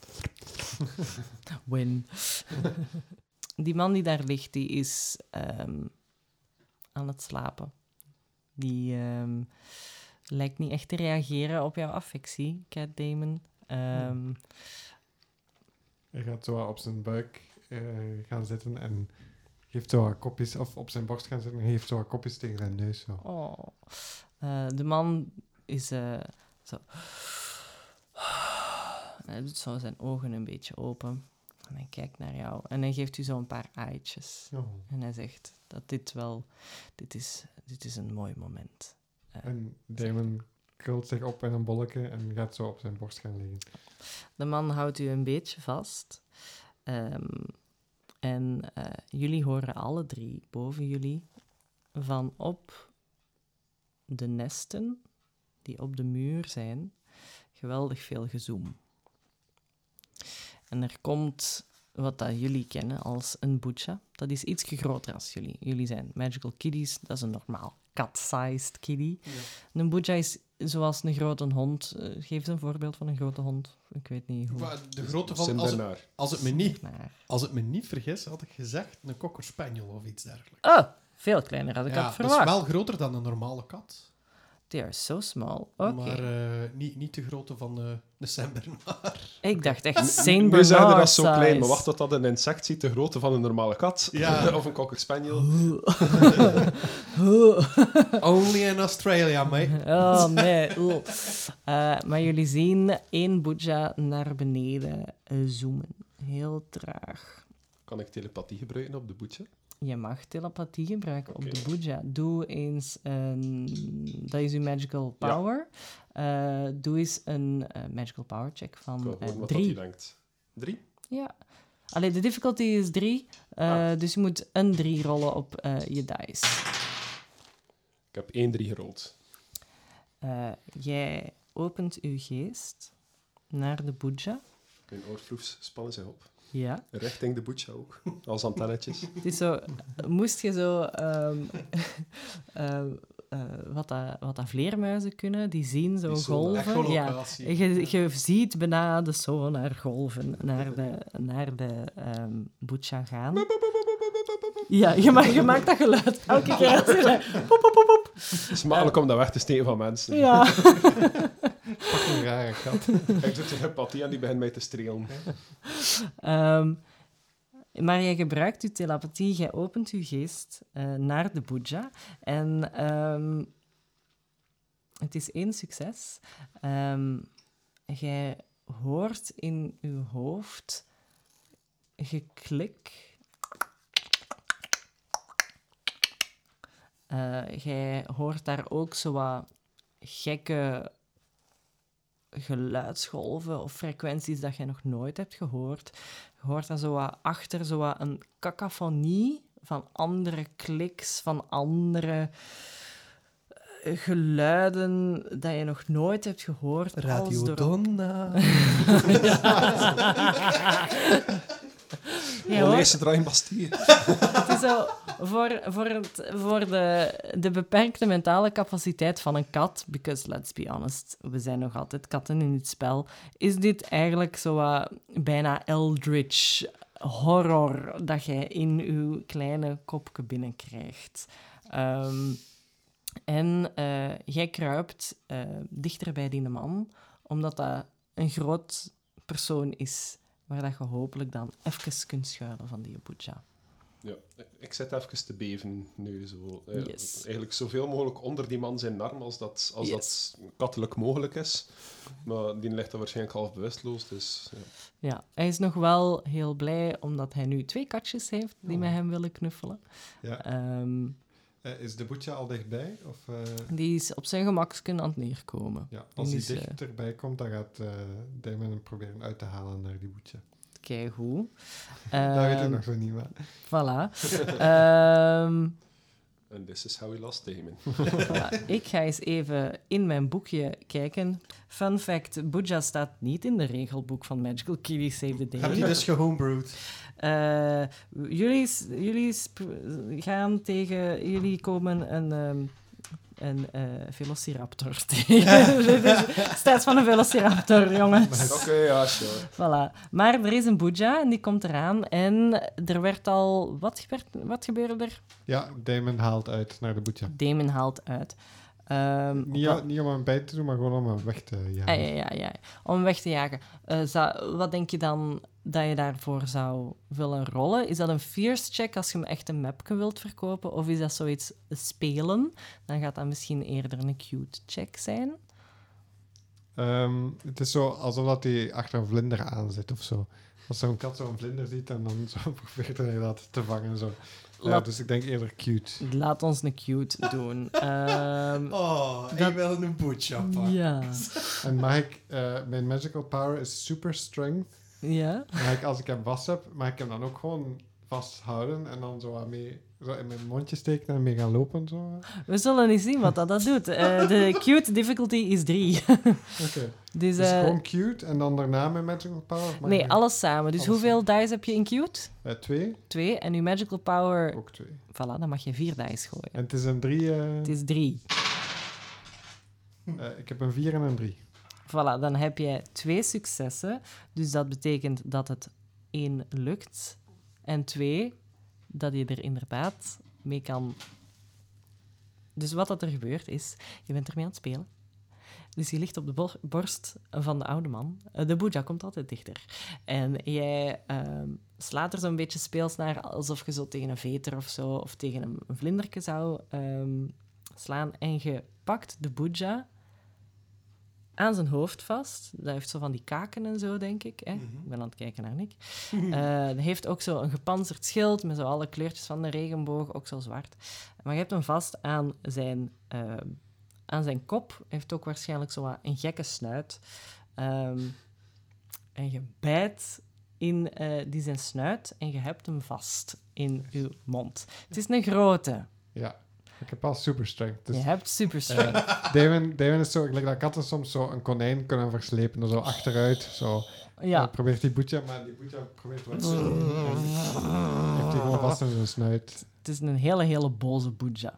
Win. Die man die daar ligt, die is ehm, aan het slapen. Die ehm, lijkt niet echt te reageren op jouw affectie, Cat Damon. Ehm, Hij gaat zo op zijn buik eh, gaan zitten en geeft zo wat kopjes, of op zijn borst gaan zitten en geeft zo wat kopjes tegen zijn neus. Zo. Oh. Eh, de man is eh, zo... Hij doet zo zijn ogen een beetje open. En hij kijkt naar jou. En hij geeft u zo een paar aaitjes. Oh. En hij zegt dat dit wel... Dit is, dit is een mooi moment. Eh, En Damon krult zich op in een bolletje en gaat zo op zijn borst gaan liggen. De man houdt u een beetje vast. Ehm, en eh, jullie horen alle drie boven jullie van op de nesten die op de muur zijn, geweldig veel gezoem. En er komt wat dat jullie kennen als een boetja. Dat is iets groter als jullie. Jullie zijn magical kitties, dat is een normaal cat-sized kitty. Ja. Een boetja is zoals een grote hond. Uh, geef eens een voorbeeld van een grote hond. Ik weet niet hoe. Wa- De grootte van... Als het, Sint-Bernard. als, het me niet, Maar... als het me niet vergis, had ik gezegd een cocker spaniel of iets dergelijks. Oh, veel kleiner had ik Ja, had dat is verwacht. wel groter dan een normale kat. They are so small. Oké. Maar eh, niet, niet de grootte van eh een Saint-Bernard. Ik dacht echt Nu Saint nu zeggen we Bernard dat zo klein, maar size. wacht tot dat een insect ziet, de grootte van een normale kat. Ja. of een cocker spaniel. Only in Australia, mate. Oh, nee. Oeh. Eh, maar jullie zien één boetja naar beneden eh, zoomen. Heel traag. Kan ik telepathie gebruiken op de boetje? Je mag telepathie gebruiken Oké. op de boetja. Doe eens een... Dat is uw magical power. Eh, doe eens een eh, magical power check Ik van wil eh, horen wat drie. dat hij denkt. Drie? Ja. Allee, de difficulty is drie. eh, Ah. Dus je moet een drie rollen op eh, je dice. Ik heb één drie gerold. Eh, jij opent uw geest naar de boetja. Mijn oorvloefs spannen zich op. Ja. Richting de boetje ook. Als antennetjes. Het is zo... Moest je zo... ehm, eh, eh, wat, dat, wat dat vleermuizen kunnen, die zien zo Die sonar. golven. Ja. Echolocatie. Je, je ziet bijna de sonar golven naar de, naar de ehm boetja gaan. Ja, je, ma je maakt dat geluid elke keer als je dat... Pop, pop, pop, pop. Het is makkelijk om dat weg te steken van mensen. Ja. Fucking rare kat. Ik doe de empathie en die begint mij te strelen. Ehm, maar jij gebruikt je telepathie, jij opent je geest eh, naar de boetja. En ehm, het is één succes. Ehm, jij hoort in je hoofd geklik. Eh, jij hoort daar ook zo wat gekke geluidsgolven of frequenties dat jij nog nooit hebt gehoord. Je hoort daar zo wat achter zo wat een cacophonie van andere kliks, van andere eh, geluiden dat je nog nooit hebt gehoord. alles Radio door- Donna. Jij hoort- Olese draai Bastille. Het is zo, voor, voor, het, voor de, de beperkte mentale capaciteit van een kat, because let's be honest, we zijn nog altijd katten in het spel, is dit eigenlijk zo wat bijna eldritch horror dat jij in je kleine kopje binnenkrijgt. Ehm, en eh, jij kruipt eh, dichter bij die man, omdat dat een groot persoon is waar dat je hopelijk dan even kunt schuilen van die boetja. Ja, ik zit even te beven nu. Zo. Eh, Yes. Eigenlijk zoveel mogelijk onder die man zijn arm als dat, als Yes. dat kattelijk mogelijk is. Maar die ligt dan waarschijnlijk half bewusteloos. Dus, ja. Ja, hij is nog wel heel blij omdat hij nu twee katjes heeft die Oh. met hem willen knuffelen. Ja. Ehm, Eh, is de boetje al dichtbij? Of, eh, die is op zijn gemaksken aan het neerkomen. ja, als Die hij is, eh, dichterbij komt, dan gaat eh Damon hem proberen uit te halen naar die boetje. Keigoed. dat weet ik Ehm, nog zo niet, maar... Voilà. Ehm, And this is how we lost Damon. Voilà. Ik ga eens even in mijn boekje kijken. Fun fact, Buja staat niet in de regelboek van Magical Kiwi Save the Day. Heb je dus gehomebrewd? Uh, jullie, jullie sp- gaan tegen... Jullie komen een... Um, een uh, velociraptor tegen. Dit is staat van een velociraptor, jongens. Oké, okay, ja, sure. Voilà. Maar er is een Buja en die komt eraan. En er werd al... Wat, gebeurt, wat gebeurde er? Ja, Damon haalt uit naar de Buja. Damon haalt uit. Um, niet, wat, niet om hem bij te doen, maar gewoon om hem weg te jagen. Ah, ja, ja, ja. Om hem weg te jagen. Uh, zou, wat denk je dan dat je daarvoor zou willen rollen? Is dat een fierce check als je hem echt een mapje wilt verkopen? Of is dat zoiets spelen? Dan gaat dat misschien eerder een cute check zijn. Um, het is zo alsof dat hij achter een vlinder aan zit of zo. Als zo'n kat zo'n vlinder ziet en dan zo probeert hij dat te vangen. Zo. Ja, Laat, dus ik denk eerder cute. Laat ons een cute doen. Um, oh, dat, ik wil een bootje pakken. Ja. En mag ik... Uh, mijn magical power is super strength. Ja. Mag ik, als ik hem vast heb, mag ik hem dan ook gewoon vasthouden en dan zo, mee, zo in mijn mondje steken en mee gaan lopen. Zo. We zullen eens zien wat dat, dat doet. Uh, de cute difficulty is drie. Oké. Okay. Dus, dus uh, gewoon cute en dan daarna mijn magical power? Nee, ik... alles samen. Dus alles hoeveel samen. Dice heb je in cute? Uh, twee. Twee. En uw magical power... Ook twee. Voilà, dan mag je vier dice gooien. En het is een drie... Uh... Het is drie. Uh, ik heb een vier en een drie. Voilà, dan heb jij twee successen. Dus dat betekent dat het één lukt. En twee, dat je er inderdaad mee kan... Dus wat dat er gebeurt is, je bent ermee aan het spelen. Dus je ligt op de bo- borst van de oude man. De Buja komt altijd dichter. En jij uh, slaat er zo'n beetje speels naar, alsof je zo tegen een veter of zo, of tegen een vlinderke zou um, slaan. En je pakt de Buja aan zijn hoofd vast. Dat heeft zo van die kaken en zo, denk ik. Hè? Mm-hmm. Ik ben aan het kijken naar Nick. Hij uh, heeft ook zo een gepantserd schild met zo alle kleurtjes van de regenboog, ook zo zwart. Maar je hebt hem vast aan zijn, uh, aan zijn kop. Hij heeft ook waarschijnlijk zo een gekke snuit. Um, en je bijt in uh, die zijn snuit en je hebt hem vast in je mond. Het is een grote. Ja. Ik heb al super strength. Dus, je hebt super strength. Uh, Damon, Damon is zo, like dat katten soms zo een konijn kunnen verslepen, zo achteruit. Zo. Ja. Uh, probeert die Buja, maar die Buja probeert wat te doen. Heeft hij gewoon vast in zijn snuit. Het is een hele, hele boze Buja.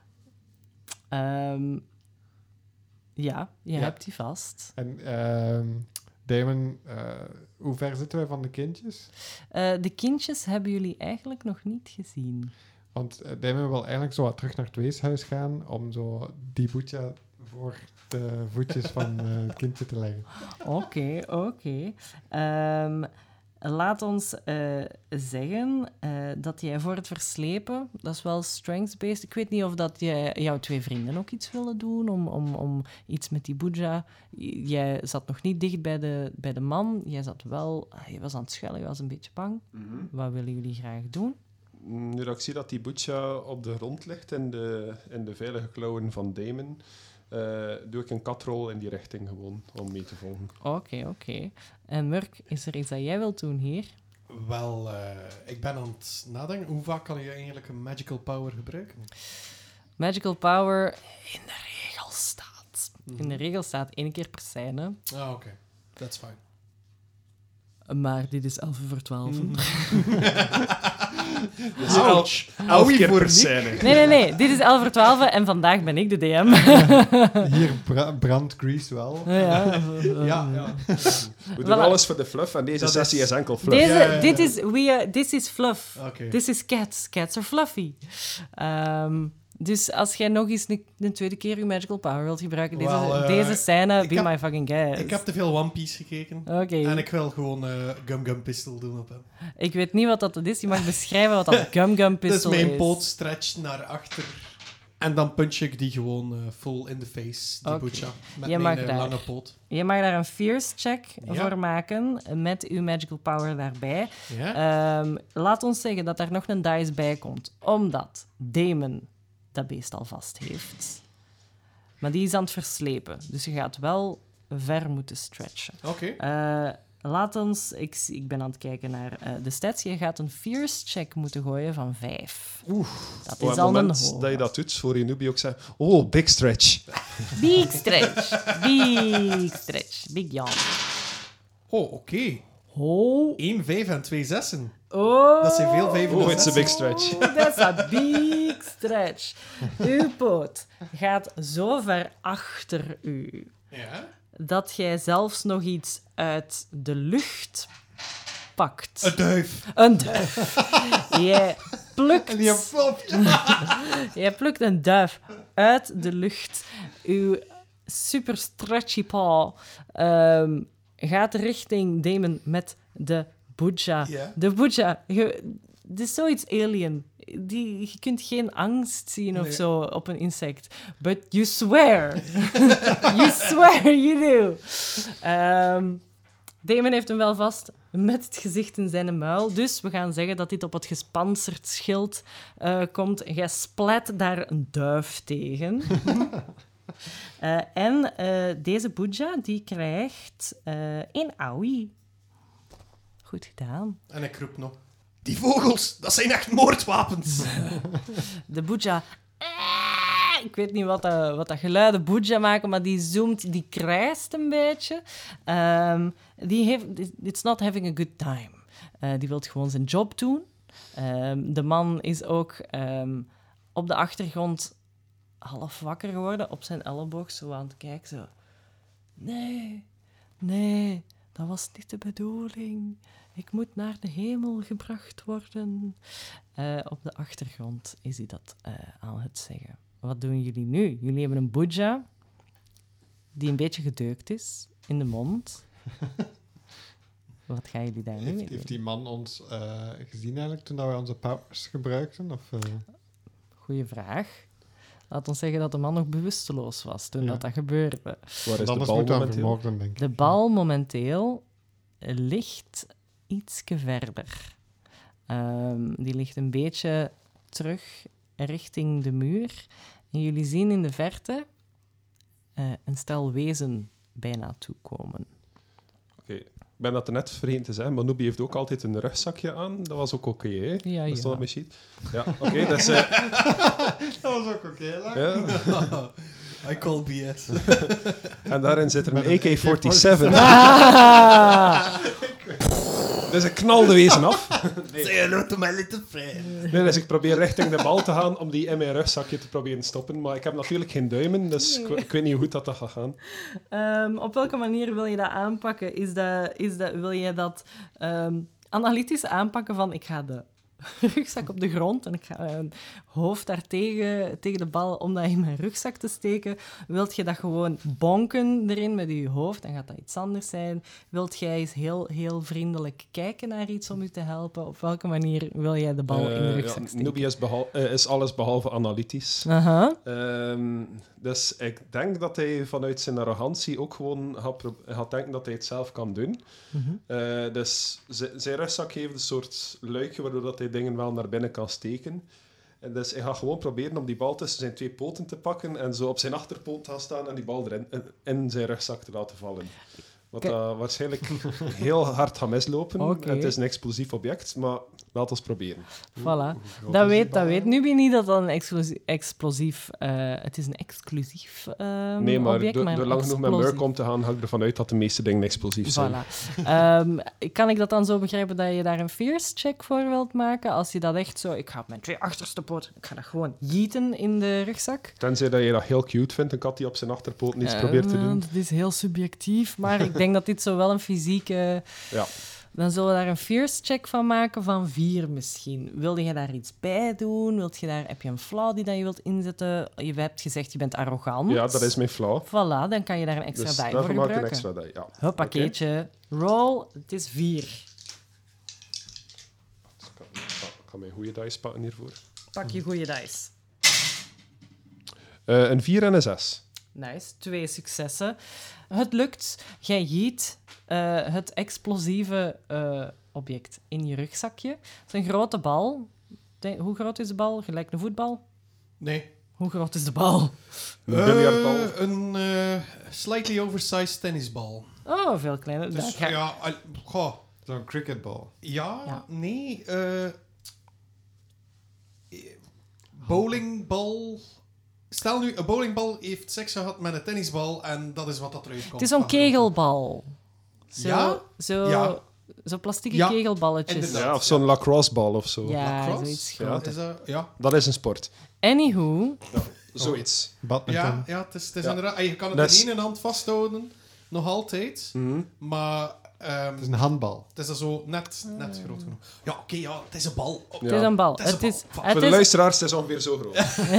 Um, ja, je ja. hebt die vast. En uh, Damon, uh, hoe ver zitten wij van de kindjes? Uh, de kindjes hebben jullie eigenlijk nog niet gezien. Want uh, Damon wil eigenlijk zo wat terug naar het weeshuis gaan om zo die Buja voor de voetjes van uh, het kindje te leggen. Oké, okay, oké. Okay. Um, laat ons uh, zeggen uh, dat jij voor het verslepen, dat is wel strength-based. Ik weet niet of dat jij, jouw twee vrienden ook iets willen doen om, om, om iets met die Buja. Jij zat nog niet dicht bij de, bij de man. Jij zat wel, je was aan het schuilen, je was een beetje bang. Mm-hmm. Wat willen jullie graag doen? Nu dat ik zie dat die Buja op de grond ligt in de, in de veilige klauwen van Damon, uh, doe ik een katrol in die richting gewoon, om mee te volgen. Oké, okay, oké. Okay. En Murk, is er iets dat jij wilt doen hier? Wel, uh, ik ben aan het nadenken. Hoe vaak kan je eigenlijk een magical power gebruiken? Magical power in de regel staat. Mm-hmm. In de regel staat één keer per scène. Ah, oké. Okay. That's fine. Maar dit is elf voor twaalf. Mm-hmm. Dus Ouch. elf keer per scène. Nee, nee, nee. Dit is elf voor twaalf en vandaag ben ik de D M. Hier bra- brandt Grease wel. Ja, ja. ja, ja. We doen voilà. alles voor de fluff en deze dat sessie is, is enkel fluff. Deze, ja, ja, ja. Dit is, we, this is fluff. Okay. This is cats. Cats are fluffy. Um, dus als jij nog eens een, een tweede keer je magical power wilt gebruiken, deze, well, uh, deze scène, be heb, my fucking guest. Ik heb te veel One Piece gekeken. Okay. En ik wil gewoon uh, Gum Gum Pistol doen op hem. Ik weet niet wat dat is. Je mag beschrijven wat dat Gum Gum Pistol is. Dus mijn poot stretcht naar achter. En dan punch ik die gewoon uh, full in the face, die okay. Buja. Met je mijn uh, daar, lange poot. Je mag daar een fierce check ja. voor maken, met uw magical power daarbij. Ja. Um, laat ons zeggen dat daar nog een dice bij komt, omdat Damon dat beest al vast heeft. Maar die is aan het verslepen, dus je gaat wel ver moeten stretchen. Oké. Okay. Uh, laat ons... Ik, ik ben aan het kijken naar uh, de stats. Je gaat een fierce check moeten gooien van vijf. Oeh. Dat Op is het al een moment hoge. dat je dat doet, voor je newbie ook zeggen... Oh, big stretch. Big stretch. Big stretch. Big yawn. Oh, oké. Okay. Oh. één vijf en twee zessen. Oh. Dat zijn veel vijven. Oh, it's a big stretch. Dat is een big stretch. Uw poot gaat zo ver achter u Ja? dat jij zelfs nog iets uit de lucht pakt. Een duif. Een duif. Jij plukt, En die flopt. jij plukt een duif uit de lucht. Uw super stretchy paw um, gaat richting Damon met de Buja. Ja. De Buja. Je, het is zoiets alien. Die, je kunt geen angst zien of Nee. zo op een insect. But you swear. You swear you do. Um, Damon heeft hem wel vast met het gezicht in zijn muil. Dus we gaan zeggen dat dit op het gespanserd schild uh, komt. Jij splat daar een duif tegen. uh, en uh, deze Buja die krijgt uh, één owie. Goed gedaan. En ik roep nog... Die vogels, dat zijn echt moordwapens. De Buja... Ik weet niet wat dat, wat dat geluiden Buja maken, maar die zoomt, die krijst een beetje. Um, die heeft... It's not having a good time. Uh, die wil gewoon zijn job doen. Um, de man is ook um, op de achtergrond half wakker geworden, op zijn elleboog, zo aan het kijken. Zo. Nee, nee, dat was niet de bedoeling. Ik moet naar de hemel gebracht worden. Uh, op de achtergrond is hij dat uh, aan het zeggen. Wat doen jullie nu? Jullie hebben een Buja die een beetje gedeukt is in de mond. Wat gaan jullie daar nu mee Heeft, doen? heeft die man ons uh, gezien eigenlijk toen wij onze powers gebruikten? Of, uh... Goeie vraag. Laat ons zeggen dat de man nog bewusteloos was toen Ja. dat, dat gebeurde. Waar is de Anders bal moeten we hem momenteel? vermoorden, denk ik. De bal momenteel ligt ietsje verder. Um, die ligt een beetje terug richting de muur. En jullie zien in de verte uh, een stel wezen bijna toekomen. Oké, ik ben dat er net vergeten te zeggen, maar Noobie heeft ook altijd een rugzakje aan. Dat was ook oké, hè? Ja, Dat ja. stond op mijn sheet. Ja, oké, okay, dus... Uh, Dat was ook oké, hè? ja. I call B S. En daarin zit er Met een een A K zevenenveertig. Ah! Dus ik knalde wezen af. Say hello to my little friend. Nee, dus ik probeer richting de bal te gaan om die in mijn rugzakje te proberen te stoppen. Maar ik heb natuurlijk geen duimen, dus ik, ik weet niet hoe goed dat, dat gaat gaan. Um, op welke manier wil je dat aanpakken? Is dat, is dat, wil je dat um, analytisch aanpakken van ik ga de rugzak op de grond en ik ga mijn hoofd daar tegen, tegen de bal om dat in mijn rugzak te steken? Wilt je dat gewoon bonken erin met je hoofd? Dan gaat dat iets anders zijn. Wilt jij eens heel, heel vriendelijk kijken naar iets om u te helpen? Op welke manier wil jij de bal in de Uh, rugzak ja, steken? Noobie is, behal- uh, is alles behalve analytisch. Aha. Um, dus ik denk dat hij vanuit zijn arrogantie ook gewoon gaat, pro- gaat denken dat hij het zelf kan doen. Mm-hmm. Uh, dus z- zijn rugzak heeft een soort luikje waardoor dat hij dingen wel naar binnen kan steken. En dus hij gaat gewoon proberen om die bal tussen zijn twee poten te pakken en zo op zijn achterpoot te gaan staan en die bal erin in, in zijn rugzak te laten vallen. Wat Kijk. uh, waarschijnlijk heel hard gaat mislopen. Oké. Het is een explosief object, maar laten we het proberen. Voilà. Hoe groot Dat is die weet, dat bal weet nu niet dat dat een explosief... explosief uh, het is een exclusief um, Nee, maar object, door, maar door een lang genoeg met explosief. Merc om te gaan, ga ik ervan uit dat de meeste dingen explosief zijn. Voilà. um, kan ik dat dan zo begrijpen dat je daar een fierce check voor wilt maken? Als je dat echt zo... Ik ga op mijn twee achterste poten... Ik ga dat gewoon gieten in de rugzak. Tenzij dat je dat heel cute vindt, een kat die op zijn achterpoot iets Uh, probeert te doen. Dat is heel subjectief, maar ik denk dat dit zo wel een fysieke... Ja. Dan zullen we daar een fierce check van maken van vier misschien. Wilde je daar iets bij doen? Wilt je daar, heb je een flaw die dat je wilt inzetten? Je hebt gezegd, je bent arrogant. ja, dat is mijn flauw. Voilà, dan kan je daar een extra Dus die voor daarvoor maak ik een gebruiken. extra die, ja. Huppakeetje. Roll, het is vier. Dus ik kan, ik kan mijn goede dice pakken hiervoor. Pak je goede dice. Uh, een vier en een zes. Nice, twee successen. Het lukt. Jij giet uh, het explosieve uh, object in je rugzakje. Het is een grote bal. Denk, hoe groot is de bal? Gelijk een voetbal? Nee. Hoe groot is de bal? Een biljartbal. Uh, een uh, slightly oversized tennisbal. Oh, veel kleiner. Dus, Dat ga- ja, al- goh. Zo'n cricketbal. Ja, Ja. nee. eh bowlingbal. Stel nu, een bowlingbal heeft seks gehad met een tennisbal en dat is wat dat eruit komt. Het is zo'n Van kegelbal. Zo, Ja? Zo, Ja. zo plastieke Ja, kegelballetjes. inderdaad. Ja, of zo'n lacrossebal of zo. Ja, lacrosse? zoiets Ja. groter. Is dat, ja. Dat is een sport. Anywho, Zoiets. Badminton. Ja, ja, het is, het is Ja. inderdaad... en Je kan het Dat is- in één hand vasthouden, nog altijd. Mhm. Maar ehm, Het is een handbal. het is er zo net, net groot genoeg. Ja, oké, ja, het is een bal. Oh, Ja. het is een bal. Het is een Het is, bal. het Voor de is, luisteraars, het is ongeveer zo groot.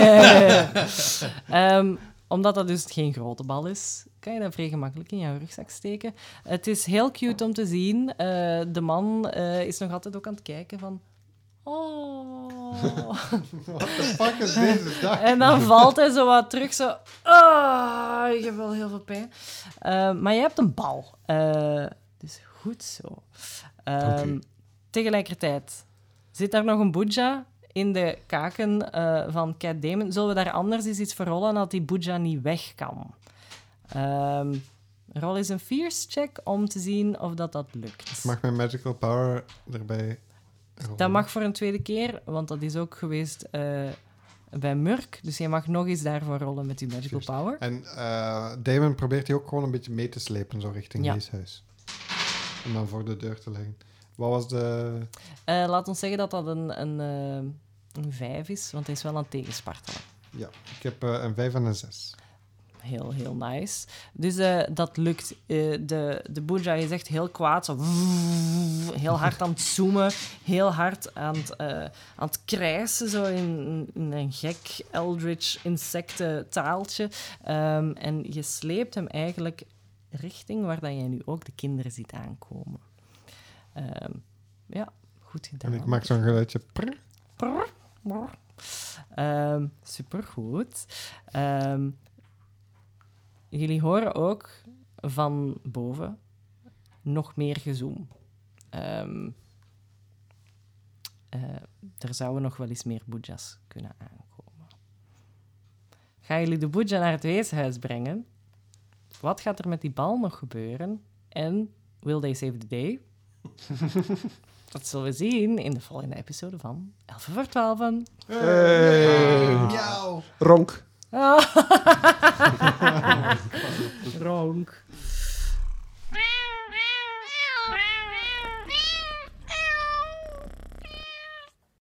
Ehm, omdat dat dus geen grote bal is, kan je dat vrij gemakkelijk in jouw rugzak steken. Het is heel cute om te zien. Eh, de man eh, is nog altijd ook aan het kijken van... Oh. What the fuck is deze dag? En dan valt hij zo wat terug, zo... Ah, ik heb wel heel veel pijn. Eh, maar je hebt een bal. Eh, dus goed zo. Ehm, Oké. Tegelijkertijd zit daar nog een boedja in de kaken eh, van Cat Damon. Zullen we daar anders eens iets voor rollen, dat die boedja niet weg kan? Ehm rol eens een fierce check om te zien of dat, dat lukt. Mag mijn magical power erbij rollen? Dat mag voor een tweede keer, want dat is ook geweest eh, bij Murk. Dus je mag nog eens daarvoor rollen met je magical Juist. power. En eh, Damon probeert hij ook gewoon een beetje mee te slepen, zo richting Ja. Hayes huis. Om dan voor de deur te leggen. Wat was de... Eh, laat ons zeggen dat dat een, een, eh, een vijf is, want hij is wel aan het tegenspartelen. Ja, ik heb eh, een vijf en een zes. Heel, heel nice. Dus eh, dat lukt. Eh, de de boerja is echt heel kwaad. Zo, heel hard aan het zoomen. Heel hard aan het, eh, aan het krijsen. Zo in, in een gek eldritch insectentaaltje. Ehm, en je sleept hem eigenlijk richting waar dat jij nu ook de kinderen ziet aankomen. Ehm, ja, goed gedaan. En ik maak zo'n geluidje. Prr. Prr, prr. Ehm, supergoed. Ehm, jullie horen ook van boven nog meer gezoem. Ehm, eh, er zouden nog wel eens meer boedjas kunnen aankomen. Gaan jullie de boedja naar het weeshuis brengen? Wat gaat er met die bal nog gebeuren? En will they save the day? Dat zullen we zien in de volgende episode van elf voor twaalf. Hey. Miauw. Ronk. Ronk.